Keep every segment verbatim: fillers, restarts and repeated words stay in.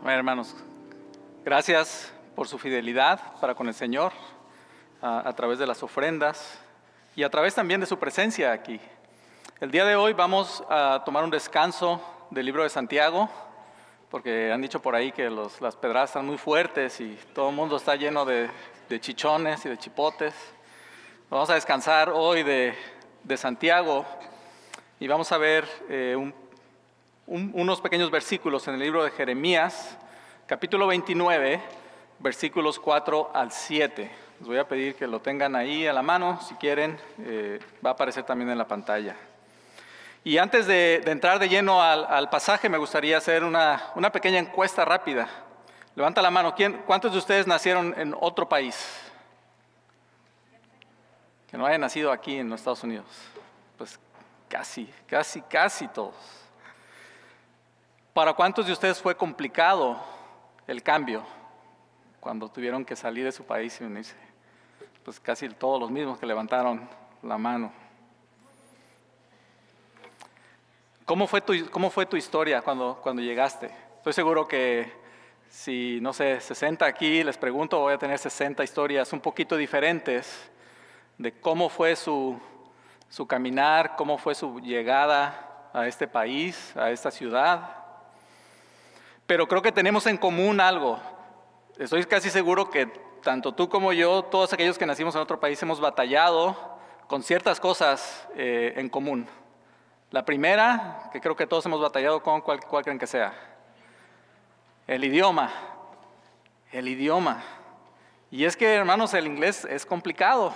Amén, hermanos. Gracias por su fidelidad para con el Señor a, a través de las ofrendas y a través también de su presencia aquí. El día de hoy vamos a tomar un descanso del libro de Santiago, porque han dicho por ahí que los, las pedradas están muy fuertes y todo el mundo está lleno de, de chichones y de chipotes. Vamos a descansar hoy de, de Santiago y vamos a ver eh, un Un, unos pequeños versículos en el libro de Jeremías, capítulo veintinueve, versículos cuatro al siete. Les voy a pedir que lo tengan ahí a la mano, si quieren, eh, va a aparecer también en la pantalla. Y antes de, de entrar de lleno al, al pasaje, me gustaría hacer una, una pequeña encuesta rápida. Levanta la mano. ¿Quién, ¿Cuántos de ustedes nacieron en otro país? Que no hayan nacido aquí en los Estados Unidos. Pues casi, casi, casi todos. ¿Para cuántos de ustedes fue complicado el cambio cuando tuvieron que salir de su país y unirse? Pues casi todos los mismos que levantaron la mano. ¿Cómo fue tu, cómo fue tu historia cuando, cuando llegaste? Estoy seguro que si, no sé, sesenta aquí, les pregunto, voy a tener sesenta historias un poquito diferentes de cómo fue su, su caminar, cómo fue su llegada a este país, a esta ciudad. Pero creo que tenemos en común algo. Estoy casi seguro que tanto tú como yo, todos aquellos que nacimos en otro país, hemos batallado con ciertas cosas eh, en común. La primera, que creo que todos hemos batallado con, ¿cuál, cuál creen que sea? El idioma. El idioma. Y es que, hermanos, el inglés es complicado.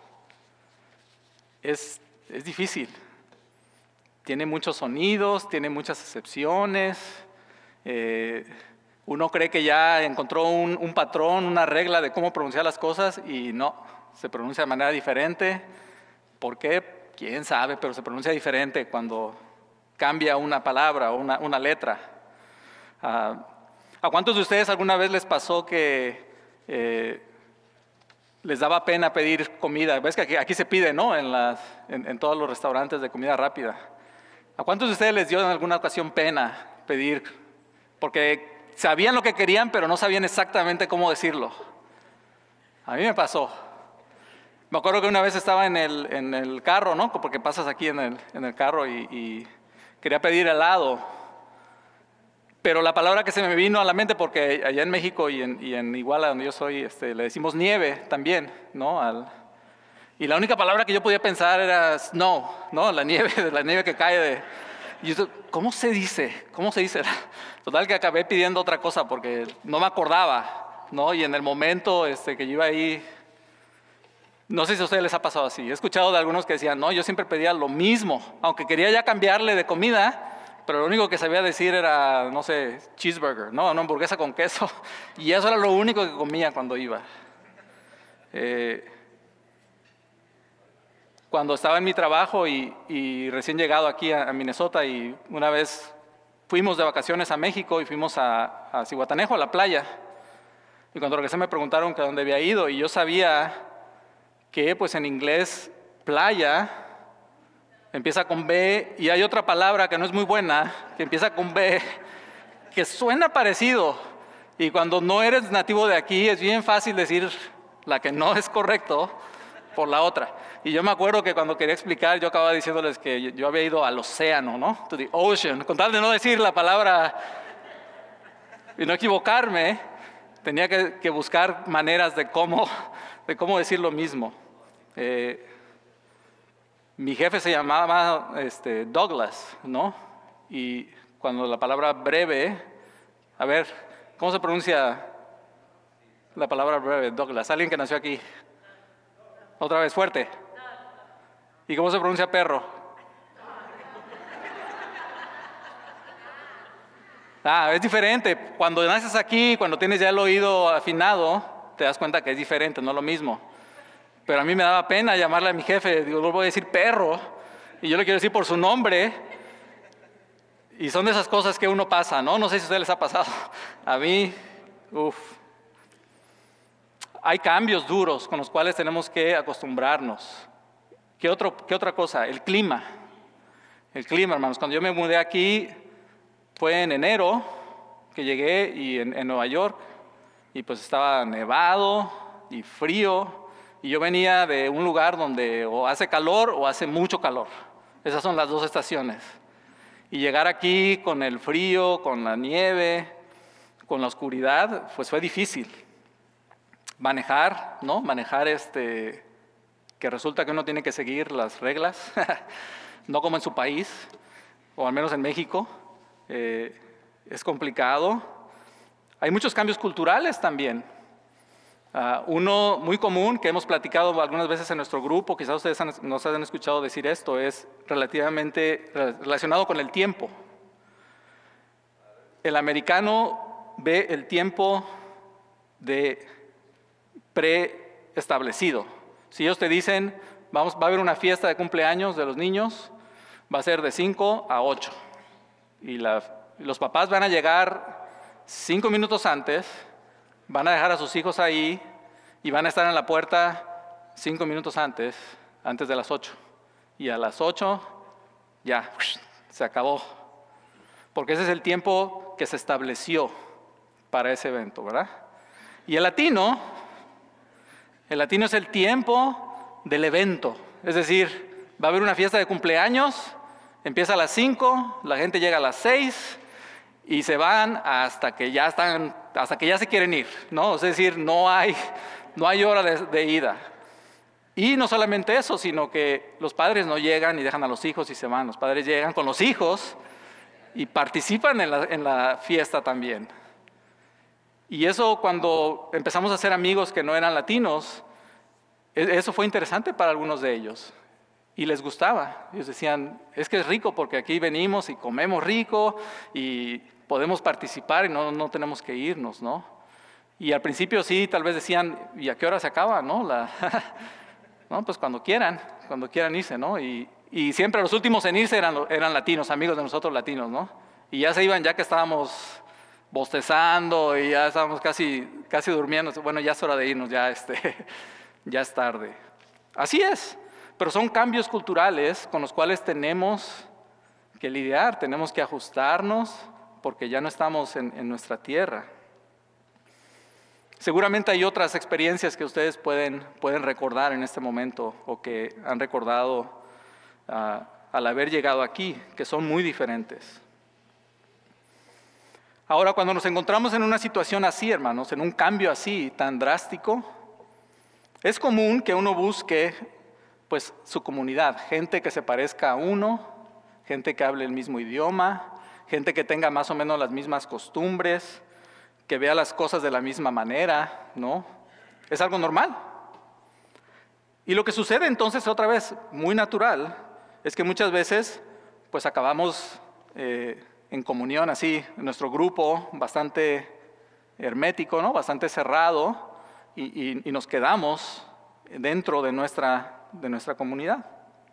Es, es difícil. Tiene muchos sonidos, tiene muchas excepciones. Eh, uno cree que ya encontró un, un patrón, una regla de cómo pronunciar las cosas y no, se pronuncia de manera diferente. ¿Por qué? Quién sabe, pero se pronuncia diferente cuando cambia una palabra o una, una letra. Uh, ¿A cuántos de ustedes alguna vez les pasó que eh, les daba pena pedir comida? Ves que aquí, aquí se pide, ¿no? En, las, en, en todos los restaurantes de comida rápida. ¿A cuántos de ustedes les dio en alguna ocasión pena pedir? Porque sabían lo que querían, pero no sabían exactamente cómo decirlo. A mí me pasó. Me acuerdo que una vez estaba en el, en el carro, ¿no? Porque pasas aquí en el, en el carro y, y quería pedir helado. Pero la palabra que se me vino a la mente, porque allá en México y en, y en Iguala, donde yo soy, este, le decimos nieve también, ¿no? Al, y la única palabra que yo podía pensar era snow, ¿no? La nieve, la nieve que cae de... Y yo, ¿cómo se dice? ¿Cómo se dice? Total que acabé pidiendo otra cosa porque no me acordaba, ¿no? Y en el momento este, que yo iba ahí, no sé si a ustedes les ha pasado así. He escuchado de algunos que decían, no, yo siempre pedía lo mismo, aunque quería ya cambiarle de comida, pero lo único que sabía decir era, no sé, cheeseburger, ¿no? Una hamburguesa con queso. Y eso era lo único que comía cuando iba. Eh... Cuando estaba en mi trabajo y, y recién llegado aquí a, a Minnesota y una vez fuimos de vacaciones a México y fuimos a, a Zihuatanejo, a la playa. Y cuando regresé me preguntaron que a dónde había ido y yo sabía que pues en inglés playa empieza con B y hay otra palabra que no es muy buena que empieza con B que suena parecido y cuando no eres nativo de aquí es bien fácil decir la que no es correcto por la otra. Y yo me acuerdo que cuando quería explicar, yo acababa diciéndoles que yo había ido al océano, ¿no? To the ocean. Con tal de no decir la palabra y no equivocarme, tenía que, que buscar maneras de cómo, de cómo decir lo mismo. Eh, mi jefe se llamaba este, Douglas, ¿no? Y cuando la palabra breve, a ver, ¿cómo se pronuncia la palabra breve, Douglas? Alguien que nació aquí. Otra vez, fuerte. ¿Y cómo se pronuncia perro? Ah, es diferente. Cuando naces aquí, cuando tienes ya el oído afinado, te das cuenta que es diferente, no lo mismo. Pero a mí me daba pena llamarle a mi jefe, digo, no voy a decir perro, y yo le quiero decir por su nombre. Y son de esas cosas que uno pasa, ¿no? No sé si a ustedes les ha pasado. A mí, uff. Hay cambios duros con los cuales tenemos que acostumbrarnos. ¿Qué, otro, ¿Qué otra cosa? El clima. El clima, hermanos. Cuando yo me mudé aquí, fue en enero, que llegué y en, en Nueva York, y pues estaba nevado y frío, y yo venía de un lugar donde o hace calor o hace mucho calor. Esas son las dos estaciones. Y llegar aquí con el frío, con la nieve, con la oscuridad, pues fue difícil. Manejar, ¿no? Manejar este, que resulta que uno tiene que seguir las reglas, no como en su país, o al menos en México. Eh, es complicado. Hay muchos cambios culturales también. Uh, uno muy común que hemos platicado algunas veces en nuestro grupo, quizás ustedes han, nos han escuchado decir esto, es relativamente relacionado con el tiempo. El americano ve el tiempo de preestablecido. Si ellos te dicen, vamos, va a haber una fiesta de cumpleaños de los niños, va a ser de cinco a ocho. Y la, los papás van a llegar cinco minutos antes, van a dejar a sus hijos ahí y van a estar en la puerta cinco minutos antes, antes de las ocho. Y a las ocho ya, se acabó. Porque ese es el tiempo que se estableció para ese evento, ¿verdad? Y el latino, el latino es el tiempo del evento. Es decir, va a haber una fiesta de cumpleaños, empieza a las cinco, la gente llega a las seis y se van hasta que ya están, hasta que ya se quieren ir, ¿no? Es decir, no hay, no hay hora de, de ida. Y no solamente eso, sino que los padres no llegan y dejan a los hijos y se van. Los padres llegan con los hijos y participan en la, en la fiesta también. Y eso, cuando empezamos a ser amigos que no eran latinos, eso fue interesante para algunos de ellos. Y les gustaba. Ellos decían, es que es rico porque aquí venimos y comemos rico y podemos participar y no, no tenemos que irnos, ¿no? Y al principio sí, tal vez decían, ¿y a qué hora se acaba, no? La no, pues cuando quieran, cuando quieran irse, ¿no? Y, y siempre los últimos en irse eran, eran latinos, amigos de nosotros latinos, ¿no? Y ya se iban ya que estábamos bostezando y ya estábamos casi, casi durmiendo. Bueno, ya es hora de irnos, ya, este, ya es tarde. Así es. Pero son cambios culturales con los cuales tenemos que lidiar, tenemos que ajustarnos porque ya no estamos en, en nuestra tierra. Seguramente hay otras experiencias que ustedes pueden, pueden recordar en este momento o que han recordado uh, al haber llegado aquí, que son muy diferentes. Ahora, cuando nos encontramos en una situación así, hermanos, en un cambio así tan drástico, es común que uno busque pues su comunidad, gente que se parezca a uno, gente que hable el mismo idioma, gente que tenga más o menos las mismas costumbres, que vea las cosas de la misma manera, ¿no? Es algo normal. Y lo que sucede entonces, otra vez, muy natural, es que muchas veces pues acabamos eh, en comunión así, en nuestro grupo, bastante hermético, ¿no? Bastante cerrado, y, y, y nos quedamos dentro de nuestra de nuestra comunidad.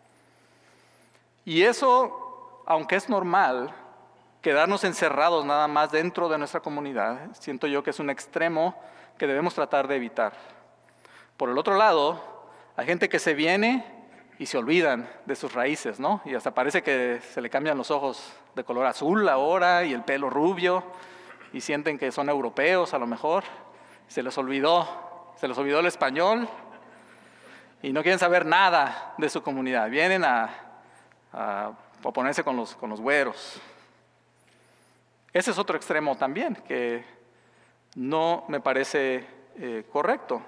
Y eso, aunque es normal, quedarnos encerrados nada más dentro de nuestra comunidad, siento yo que es un extremo que debemos tratar de evitar. Por el otro lado, hay gente que se viene y se olvidan de sus raíces, ¿no? Y hasta parece que se le cambian los ojos de color azul ahora y el pelo rubio y sienten que son europeos a lo mejor. Se les olvidó, se les olvidó el español. Y no quieren saber nada de su comunidad. Vienen a, a, a ponerse con los, con los güeros. Ese es otro extremo también, que no me parece eh, correcto.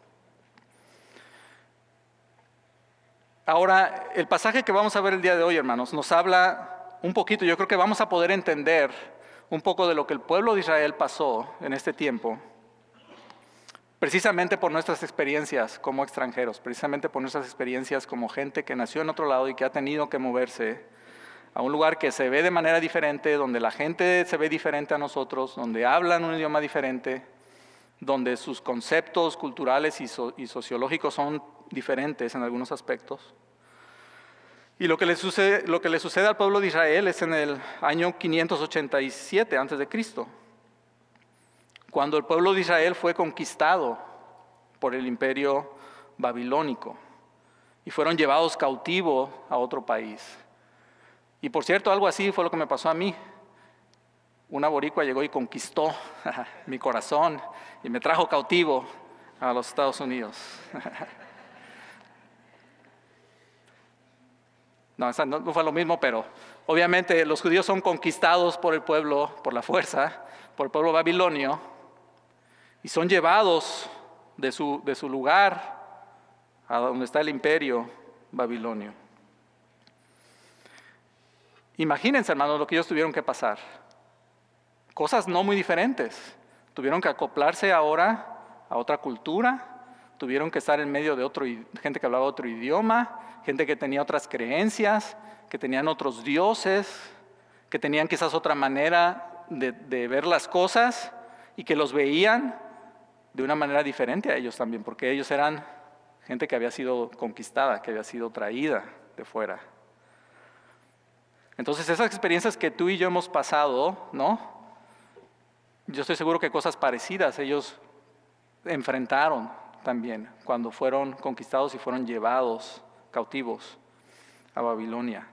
Ahora, el pasaje que vamos a ver el día de hoy, hermanos, nos habla un poquito, yo creo que vamos a poder entender un poco de lo que el pueblo de Israel pasó en este tiempo, precisamente por nuestras experiencias como extranjeros, precisamente por nuestras experiencias como gente que nació en otro lado y que ha tenido que moverse a un lugar que se ve de manera diferente, donde la gente se ve diferente a nosotros, donde hablan un idioma diferente, donde sus conceptos culturales y, so- y sociológicos son diferentes en algunos aspectos. Y lo que, le sucede, lo que le sucede al pueblo de Israel es en el año quinientos ochenta y siete antes de Cristo, cuando el pueblo de Israel fue conquistado por el imperio babilónico y fueron llevados cautivos a otro país. Y por cierto, algo así fue lo que me pasó a mí. una boricua llegó y conquistó mi corazón y me trajo cautivo a los Estados Unidos. No, esa no, no fue lo mismo, pero obviamente los judíos son conquistados por el pueblo, por la fuerza, por el pueblo babilonio, y son llevados de su, de su lugar a donde está el imperio babilonio. Imagínense, hermanos, lo que ellos tuvieron que pasar. Cosas no muy diferentes. Tuvieron que acoplarse ahora a otra cultura, tuvieron que estar en medio de otro, gente que hablaba otro idioma, gente que tenía otras creencias, que tenían otros dioses, que tenían quizás otra manera de, de ver las cosas y que los veían de una manera diferente a ellos también, porque ellos eran gente que había sido conquistada, que había sido traída de fuera. Entonces esas experiencias que tú y yo hemos pasado, ¿no? Yo estoy seguro que cosas parecidas ellos enfrentaron también cuando fueron conquistados y fueron llevados cautivos a Babilonia.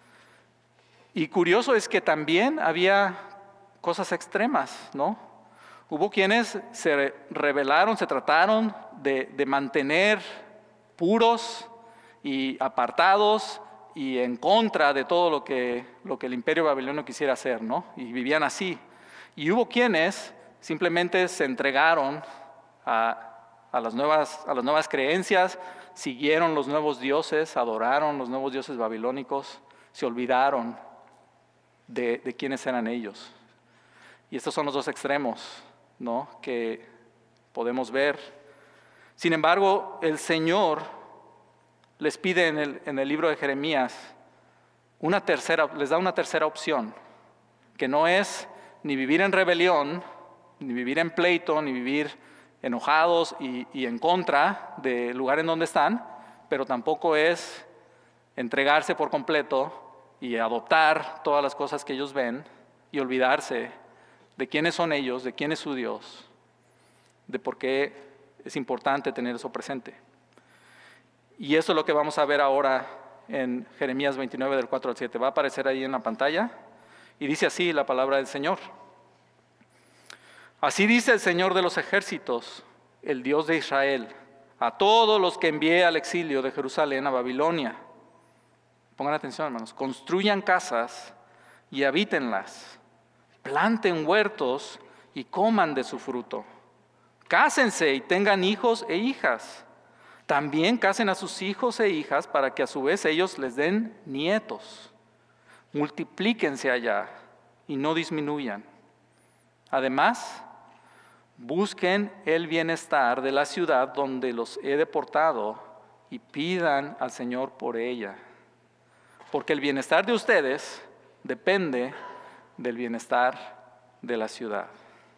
Y curioso es que también había cosas extremas, ¿no? Hubo quienes se rebelaron, se trataron de, de mantener puros y apartados y en contra de todo lo que, lo que el imperio babilonio quisiera hacer, ¿no? Y vivían así. Y hubo quienes simplemente se entregaron a, a, las nuevas, a las nuevas creencias, siguieron los nuevos dioses, adoraron los nuevos dioses babilónicos, se olvidaron de, de quiénes eran ellos. Y estos son los dos extremos, ¿no?, que podemos ver. Sin embargo, el Señor les pide en el, en el libro de Jeremías una tercera, les da una tercera opción, que no es ni vivir en rebelión, ni vivir en pleito, ni vivir enojados y, y en contra del lugar en donde están, pero tampoco es entregarse por completo y adoptar todas las cosas que ellos ven y olvidarse de quiénes son ellos, de quién es su Dios, de por qué es importante tener eso presente. Y eso es lo que vamos a ver ahora en Jeremías veintinueve, del cuatro al siete. Va a aparecer ahí en la pantalla y dice así la palabra del Señor. Así dice el Señor de los ejércitos, el Dios de Israel, a todos los que envié al exilio de Jerusalén a Babilonia. Pongan atención, hermanos. Construyan casas y habítenlas. Planten huertos y coman de su fruto. Cásense y tengan hijos e hijas. También casen a sus hijos e hijas para que a su vez ellos les den nietos. Multiplíquense allá y no disminuyan. Además, busquen el bienestar de la ciudad donde los he deportado y pidan al Señor por ella. Porque el bienestar de ustedes depende del bienestar de la ciudad.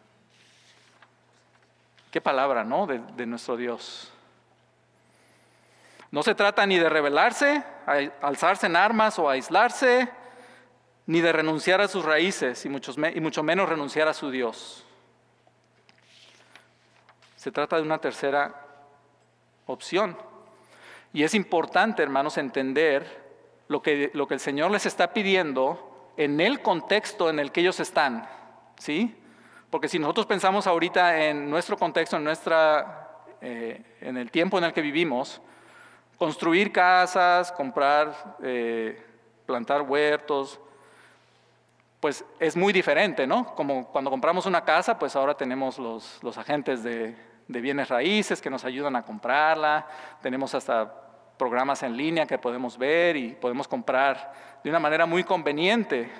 Qué palabra, ¿no?, de, de nuestro Dios. No se trata ni de rebelarse, alzarse en armas o aislarse, ni de renunciar a sus raíces y, muchos, y mucho menos renunciar a su Dios. Se trata de una tercera opción. Y es importante, hermanos, entender lo que, lo que el Señor les está pidiendo en el contexto en el que ellos están, ¿sí? Porque si nosotros pensamos ahorita en nuestro contexto, en, nuestra, eh, en el tiempo en el que vivimos, construir casas, comprar, eh, plantar huertos, pues es muy diferente, ¿no? Como cuando compramos una casa, pues ahora tenemos los, los agentes de, de bienes raíces que nos ayudan a comprarla, tenemos hasta programas en línea que podemos ver y podemos comprar de una manera muy conveniente.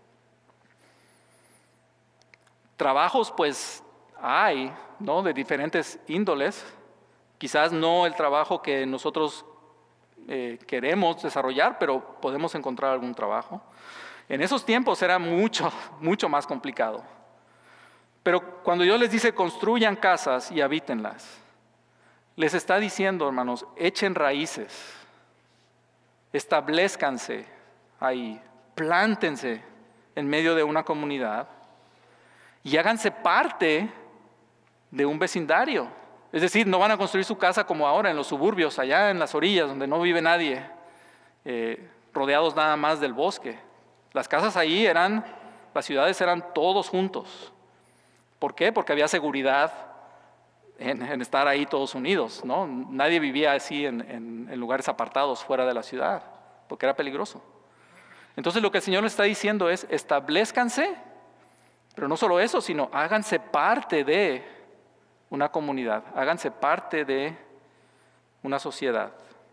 Trabajos, pues hay, ¿no?, de diferentes índoles, quizás no el trabajo que nosotros eh, queremos desarrollar, pero podemos encontrar algún trabajo. En esos tiempos era mucho, mucho más complicado. Pero cuando Dios les dice construyan casas y habítenlas, les está diciendo, hermanos, echen raíces, establezcanse ahí, plántense en medio de una comunidad y háganse parte de un vecindario. Es decir, no van a construir su casa como ahora en los suburbios, allá en las orillas donde no vive nadie, eh, rodeados nada más del bosque. Las casas ahí eran Las ciudades eran todos juntos. ¿Por qué? Porque había seguridad en, en estar ahí todos unidos, ¿no? Nadie vivía así en, en, en lugares apartados fuera de la ciudad, porque era peligroso. Entonces lo que el Señor le está diciendo es, establezcanse, pero no solo eso, sino háganse parte de una comunidad, háganse parte de una sociedad.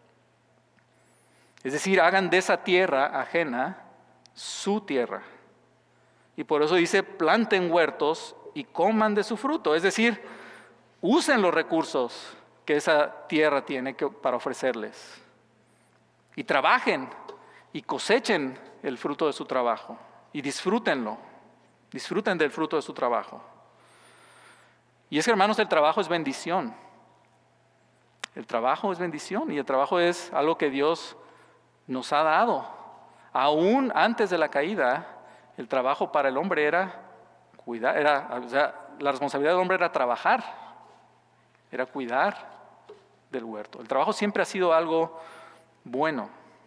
Es decir, hagan de esa tierra ajena su tierra. Y por eso dice, planten huertos y coman de su fruto. Es decir, usen los recursos que esa tierra tiene que, para ofrecerles. Y trabajen y cosechen el fruto de su trabajo. Y disfrútenlo. Disfruten del fruto de su trabajo. Y es que, hermanos, el trabajo es bendición. El trabajo es bendición y el trabajo es algo que Dios nos ha dado. Aún antes de la caída, el trabajo para el hombre era cuidar, era, o sea, la responsabilidad del hombre era trabajar, era cuidar del huerto. El trabajo siempre ha sido algo bueno.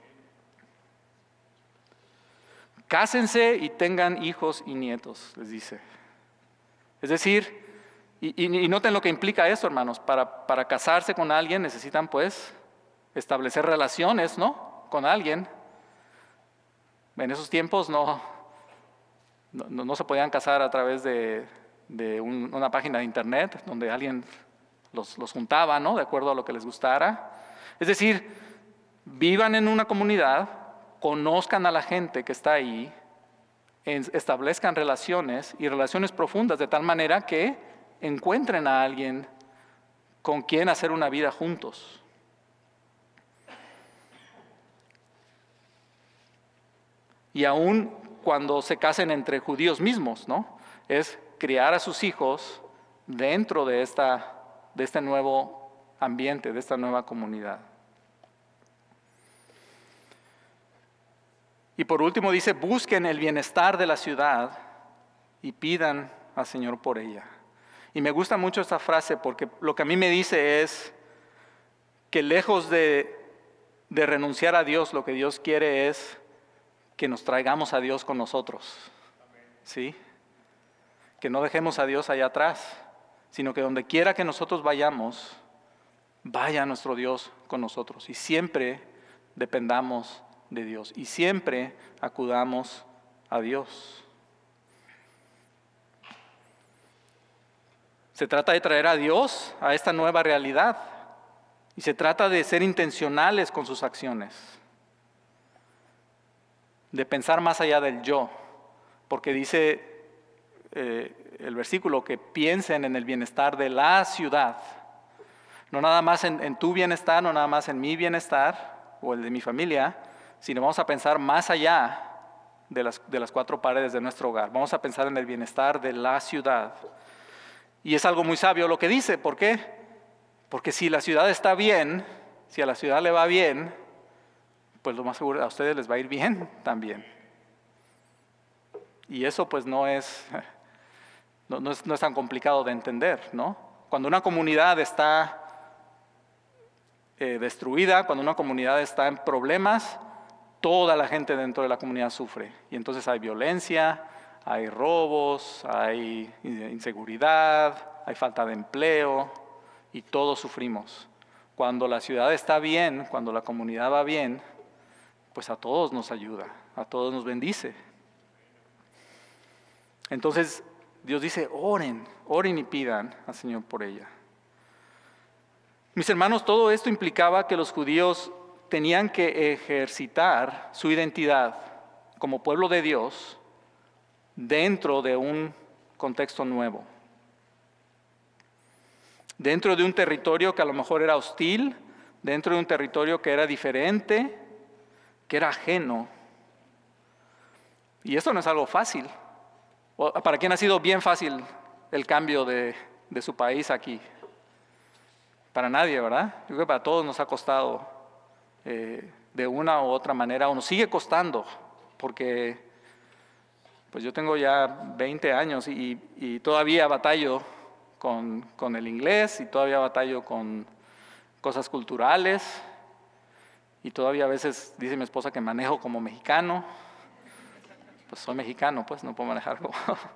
Cásense y tengan hijos y nietos, les dice. Es decir, y, y, y noten lo que implica eso, hermanos. Para, para casarse con alguien necesitan, pues, establecer relaciones, ¿no? Con alguien. En esos tiempos no, no, no se podían casar a través de, de un, una página de internet donde alguien los, los juntaba, ¿no? De acuerdo a lo que les gustara. Es decir, vivan en una comunidad, conozcan a la gente que está ahí, establezcan relaciones y relaciones profundas de tal manera que encuentren a alguien con quien hacer una vida juntos. Y aún cuando se casen entre judíos mismos, ¿no? Es criar a sus hijos dentro de, esta, de este nuevo ambiente, de esta nueva comunidad. Y por último dice, busquen el bienestar de la ciudad y pidan al Señor por ella. Y me gusta mucho esta frase porque lo que a mí me dice es que lejos de, de renunciar a Dios, lo que Dios quiere es que nos traigamos a Dios con nosotros. ¿Sí? Que no dejemos a Dios allá atrás, sino que donde quiera que nosotros vayamos, vaya nuestro Dios con nosotros. Y siempre dependamos de Dios. Y siempre acudamos a Dios. Se trata de traer a Dios a esta nueva realidad. Y se trata de ser intencionales con sus acciones. De pensar más allá del yo. Porque dice eh, el versículo que piensen en el bienestar de la ciudad. No nada más en, en tu bienestar, no nada más en mi bienestar o el de mi familia, sino vamos a pensar más allá de las, de las cuatro paredes de nuestro hogar. Vamos a pensar en el bienestar de la ciudad. Y es algo muy sabio lo que dice. ¿Por qué? Porque si la ciudad está bien, si a la ciudad le va bien, pues lo más seguro a ustedes les va a ir bien también. Y eso pues no es, no, no es, no es tan complicado de entender, ¿no? Cuando una comunidad está eh, destruida, cuando una comunidad está en problemas, toda la gente dentro de la comunidad sufre. Y entonces hay violencia, hay robos, hay inseguridad, hay falta de empleo y todos sufrimos. Cuando la ciudad está bien, cuando la comunidad va bien, pues a todos nos ayuda, a todos nos bendice. Entonces Dios dice, oren, oren y pidan al Señor por ella. Mis hermanos, todo esto implicaba que los judíos tenían que ejercitar su identidad como pueblo de Dios dentro de un contexto nuevo. Dentro de un territorio que a lo mejor era hostil, dentro de un territorio que era diferente, que era ajeno. Y esto no es algo fácil. ¿Para quién ha sido bien fácil el cambio de, de su país aquí? Para nadie, ¿verdad? Yo creo que para todos nos ha costado eh, de una u otra manera, o nos sigue costando, porque pues yo tengo ya veinte años y, y todavía batallo con, con el inglés y todavía batallo con cosas culturales. Y todavía a veces dice mi esposa que manejo como mexicano. pues soy mexicano, pues no puedo manejarlo.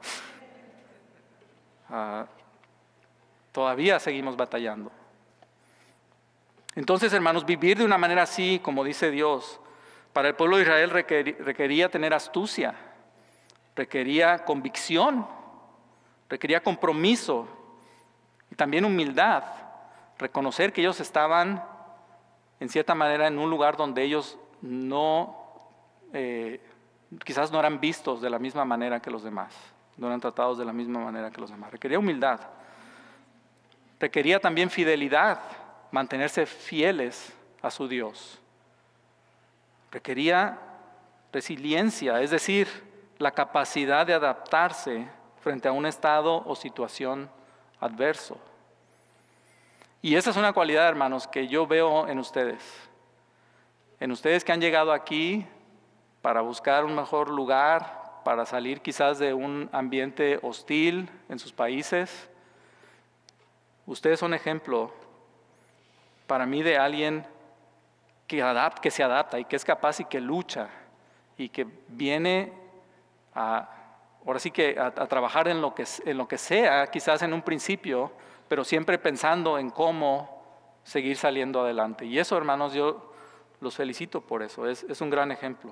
uh, todavía seguimos batallando. Entonces, hermanos, vivir de una manera así, como dice Dios, para el pueblo de Israel requería tener astucia, requería convicción, requería compromiso y también humildad. Reconocer que ellos estaban, en cierta manera, en un lugar donde ellos no, eh, quizás no eran vistos de la misma manera que los demás, no eran tratados de la misma manera que los demás. Requería humildad, requería también fidelidad, mantenerse fieles a su Dios. Requería resiliencia, es decir, la capacidad de adaptarse frente a un estado o situación adverso. Y esa es una cualidad, hermanos, que yo veo en ustedes. En ustedes que han llegado aquí para buscar un mejor lugar, para salir quizás de un ambiente hostil en sus países. Ustedes son ejemplo para mí de alguien que, adapta, que se adapta y que es capaz y que lucha y que viene a, ahora sí que a, a trabajar en lo que, en lo que sea, quizás en un principio, pero siempre pensando en cómo seguir saliendo adelante. Y eso, hermanos, yo los felicito por eso, es, es un gran ejemplo.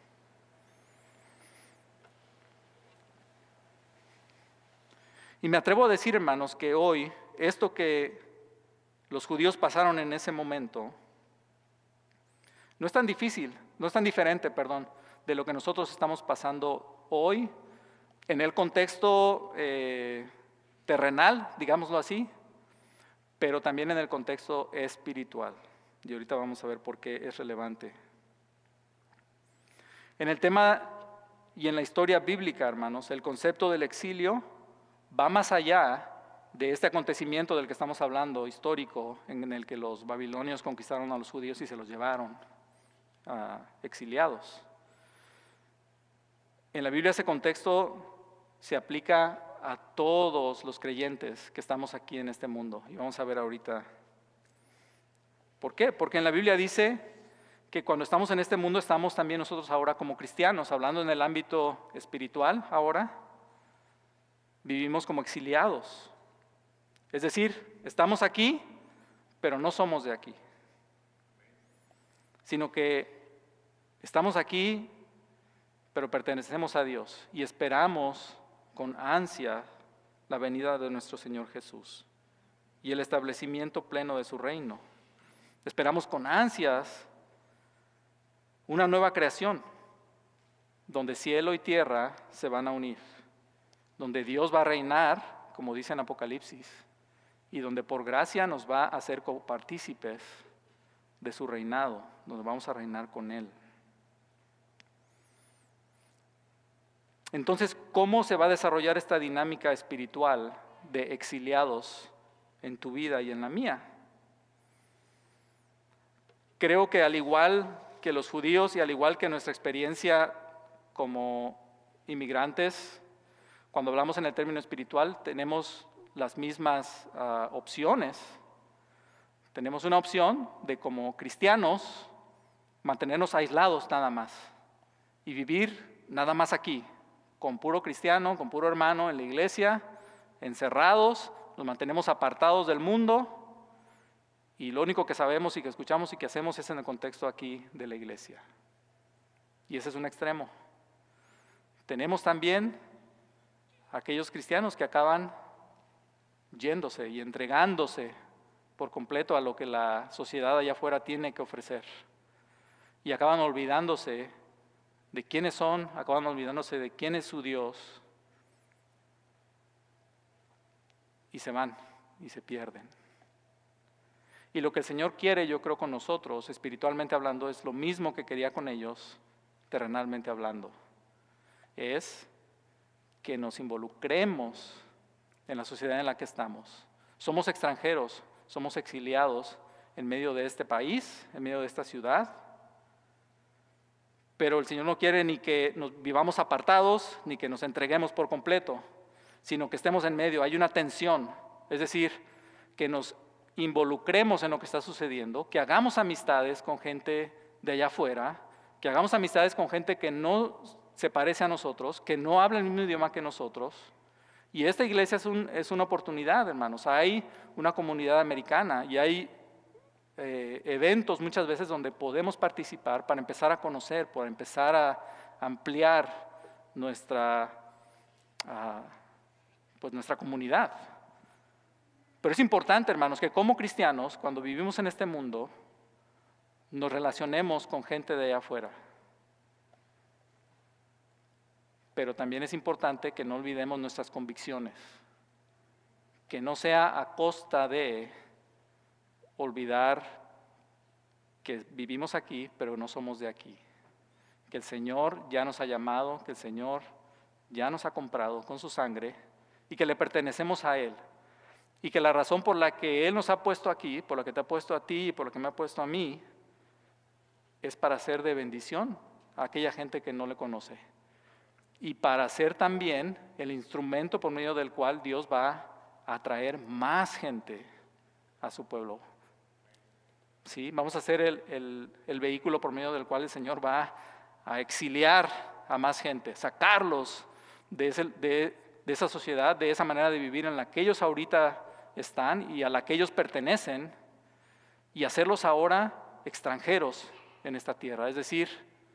Y me atrevo a decir, hermanos, que hoy esto que los judíos pasaron en ese momento no es tan difícil, no es tan diferente, perdón, de lo que nosotros estamos pasando hoy en el contexto eh, terrenal, digámoslo así, pero también en el contexto espiritual. Y ahorita vamos a ver por qué es relevante. En el tema y en la historia bíblica, hermanos, el concepto del exilio va más allá de este acontecimiento del que estamos hablando, histórico, en el que los babilonios conquistaron a los judíos y se los llevaron uh, exiliados. En la Biblia ese contexto se aplica a todos los creyentes que estamos aquí en este mundo. Y vamos a ver ahorita. ¿Por qué? Porque en la Biblia dice que cuando estamos en este mundo estamos también nosotros ahora como cristianos, hablando en el ámbito espiritual ahora, vivimos como exiliados. Es decir, estamos aquí, pero no somos de aquí. Sino que estamos aquí, pero pertenecemos a Dios y esperamos con ansia la venida de nuestro Señor Jesús y el establecimiento pleno de su reino. Esperamos con ansias una nueva creación, donde cielo y tierra se van a unir, donde Dios va a reinar, como dice en Apocalipsis, y donde por gracia nos va a hacer copartícipes de su reinado, donde vamos a reinar con Él. Entonces, ¿cómo se va a desarrollar esta dinámica espiritual de exiliados en tu vida y en la mía? Creo que al igual que los judíos y al igual que nuestra experiencia como inmigrantes, cuando hablamos en el término espiritual, tenemos las mismas uh, opciones. Tenemos una opción de, como cristianos, mantenernos aislados nada más y vivir nada más aquí, con puro cristiano, con puro hermano en la iglesia, encerrados, nos mantenemos apartados del mundo y lo único que sabemos y que escuchamos y que hacemos es en el contexto aquí de la iglesia. Y ese es un extremo. Tenemos también aquellos cristianos que acaban yéndose y entregándose por completo a lo que la sociedad allá afuera tiene que ofrecer. Y acaban olvidándose de quiénes son, acaban olvidándose de quién es su Dios. Y se van y se pierden. Y lo que el Señor quiere, yo creo, con nosotros, espiritualmente hablando, es lo mismo que quería con ellos, terrenalmente hablando. Es que nos involucremos en la sociedad en la que estamos. Somos extranjeros, somos exiliados en medio de este país, en medio de esta ciudad. Pero el Señor no quiere ni que nos vivamos apartados, ni que nos entreguemos por completo, sino que estemos en medio. Hay una tensión, es decir, que nos involucremos en lo que está sucediendo, que hagamos amistades con gente de allá afuera, que hagamos amistades con gente que no se parece a nosotros, que no habla el mismo idioma que nosotros. Y esta iglesia es, un, es una oportunidad, hermanos. Hay una comunidad americana y hay eh, eventos muchas veces donde podemos participar para empezar a conocer, para empezar a ampliar nuestra, uh, pues nuestra comunidad. Pero es importante, hermanos, que como cristianos, cuando vivimos en este mundo, nos relacionemos con gente de allá afuera. Pero también es importante que no olvidemos nuestras convicciones, que no sea a costa de olvidar que vivimos aquí, pero no somos de aquí, que el Señor ya nos ha llamado, que el Señor ya nos ha comprado con su sangre y que le pertenecemos a Él, y que la razón por la que Él nos ha puesto aquí, por la que te ha puesto a ti y por la que me ha puesto a mí, es para ser de bendición a aquella gente que no le conoce. Y para ser también el instrumento por medio del cual Dios va a atraer más gente a su pueblo. ¿Sí? Vamos a ser el, el, el vehículo por medio del cual el Señor va a exiliar a más gente, sacarlos de, ese, de, de esa sociedad, de esa manera de vivir en la que ellos ahorita están y a la que ellos pertenecen, y hacerlos ahora extranjeros en esta tierra, es decir,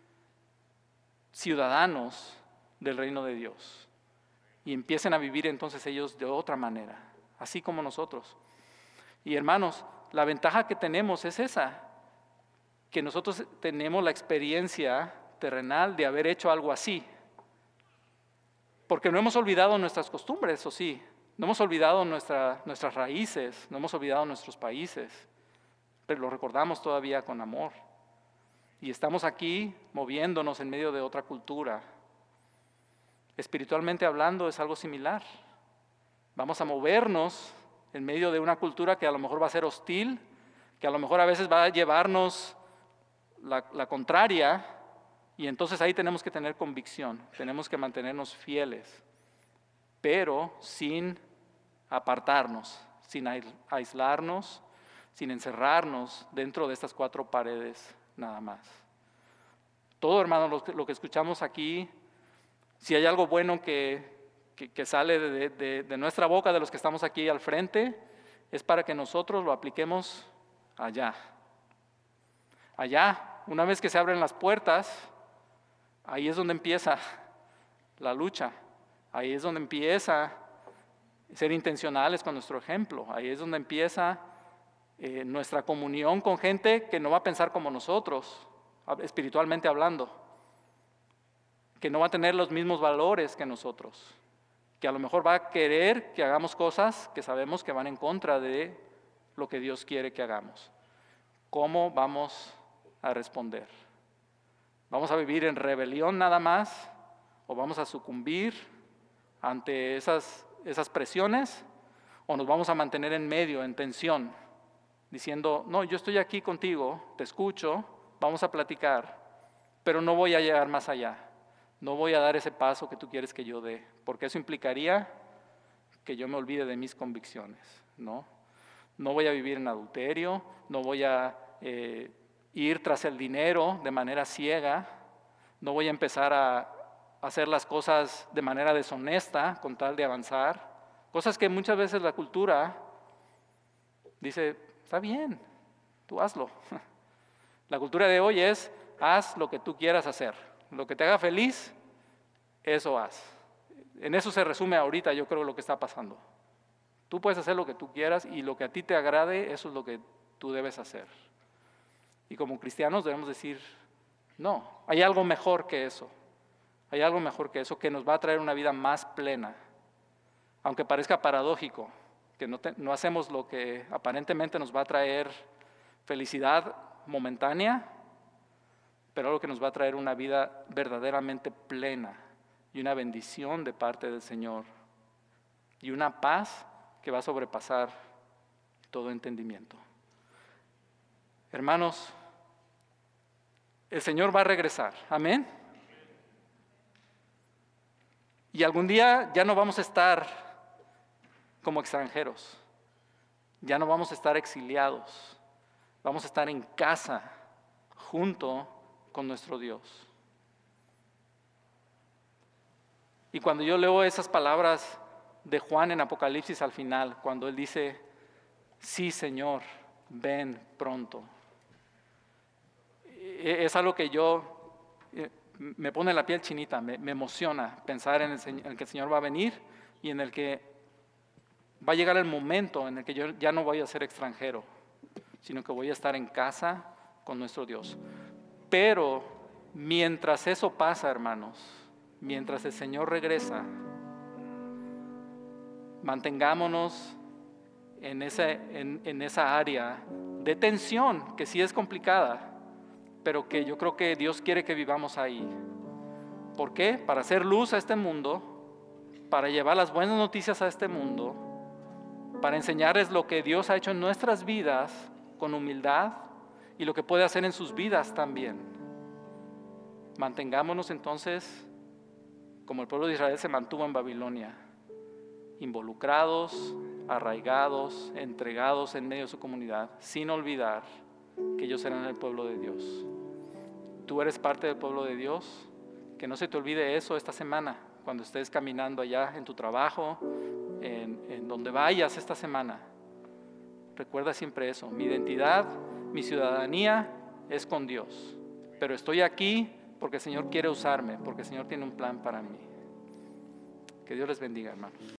ciudadanos del reino de Dios, y empiecen a vivir entonces ellos de otra manera, así como nosotros. Y hermanos, la ventaja que tenemos es esa, que nosotros tenemos la experiencia terrenal de haber hecho algo así, porque no hemos olvidado nuestras costumbres, o sí, no hemos olvidado nuestra, nuestras raíces, no hemos olvidado nuestros países, pero lo recordamos todavía con amor, y estamos aquí moviéndonos en medio de otra cultura. Espiritualmente hablando es algo similar. Vamos a movernos en medio de una cultura que a lo mejor va a ser hostil, que a lo mejor a veces va a llevarnos la, la contraria, y entonces ahí tenemos que tener convicción, tenemos que mantenernos fieles, pero sin apartarnos, sin aislarnos, sin encerrarnos dentro de estas cuatro paredes nada más. Todo, hermano, lo que, lo que escuchamos aquí, si hay algo bueno que, que, que sale de, de, de nuestra boca, de los que estamos aquí al frente, es para que nosotros lo apliquemos allá. Allá, una vez que se abren las puertas, ahí es donde empieza la lucha. Ahí es donde empieza a ser intencionales con nuestro ejemplo. Ahí es donde empieza eh, nuestra comunión con gente que no va a pensar como nosotros, espiritualmente hablando, que no va a tener los mismos valores que nosotros, que a lo mejor va a querer que hagamos cosas que sabemos que van en contra de lo que Dios quiere que hagamos. ¿Cómo vamos a responder? ¿Vamos a vivir en rebelión nada más? ¿O vamos a sucumbir ante esas, esas presiones? ¿O nos vamos a mantener en medio, en tensión, diciendo, no, yo estoy aquí contigo, te escucho, vamos a platicar, pero no voy a llegar más allá? No voy a dar ese paso que tú quieres que yo dé, porque eso implicaría que yo me olvide de mis convicciones, ¿no? No voy a vivir en adulterio, no voy a eh, ir tras el dinero de manera ciega, no voy a empezar a hacer las cosas de manera deshonesta con tal de avanzar, cosas que muchas veces la cultura dice, está bien, tú hazlo. La cultura de hoy es, haz lo que tú quieras hacer. Lo que te haga feliz, eso haz. En eso se resume ahorita, yo creo, lo que está pasando. Tú puedes hacer lo que tú quieras y lo que a ti te agrade, eso es lo que tú debes hacer. Y como cristianos debemos decir, no, hay algo mejor que eso. Hay algo mejor que eso que nos va a traer una vida más plena. Aunque parezca paradójico, que no, te, no hacemos lo que aparentemente nos va a traer felicidad momentánea, pero algo que nos va a traer una vida verdaderamente plena y una bendición de parte del Señor y una paz que va a sobrepasar todo entendimiento. Hermanos, el Señor va a regresar, amén. Y algún día ya no vamos a estar como extranjeros, ya no vamos a estar exiliados, vamos a estar en casa junto con nuestro Dios. Y cuando yo leo esas palabras de Juan en Apocalipsis al final, cuando él dice, sí, Señor, ven pronto. Es algo que yo, me pone la piel chinita, me, me emociona pensar en el, en el que el Señor va a venir y en el que va a llegar el momento en el que yo ya no voy a ser extranjero, sino que voy a estar en casa con nuestro Dios. Pero mientras eso pasa, hermanos, mientras el Señor regresa, mantengámonos en, ese, en, en esa área de tensión, que sí es complicada, pero que yo creo que Dios quiere que vivamos ahí. ¿Por qué? Para hacer luz a este mundo, para llevar las buenas noticias a este mundo, para enseñarles lo que Dios ha hecho en nuestras vidas con humildad y lo que puede hacer en sus vidas también. Mantengámonos entonces como el pueblo de Israel se mantuvo en Babilonia, involucrados, arraigados, entregados en medio de su comunidad, sin olvidar que ellos eran el pueblo de Dios. Tú eres parte del pueblo de Dios. Que no se te olvide eso esta semana, cuando estés caminando allá en tu trabajo, en, en donde vayas esta semana. Recuerda siempre eso, mi identidad, mi ciudadanía es con Dios, pero estoy aquí porque el Señor quiere usarme, porque el Señor tiene un plan para mí. Que Dios les bendiga, hermanos.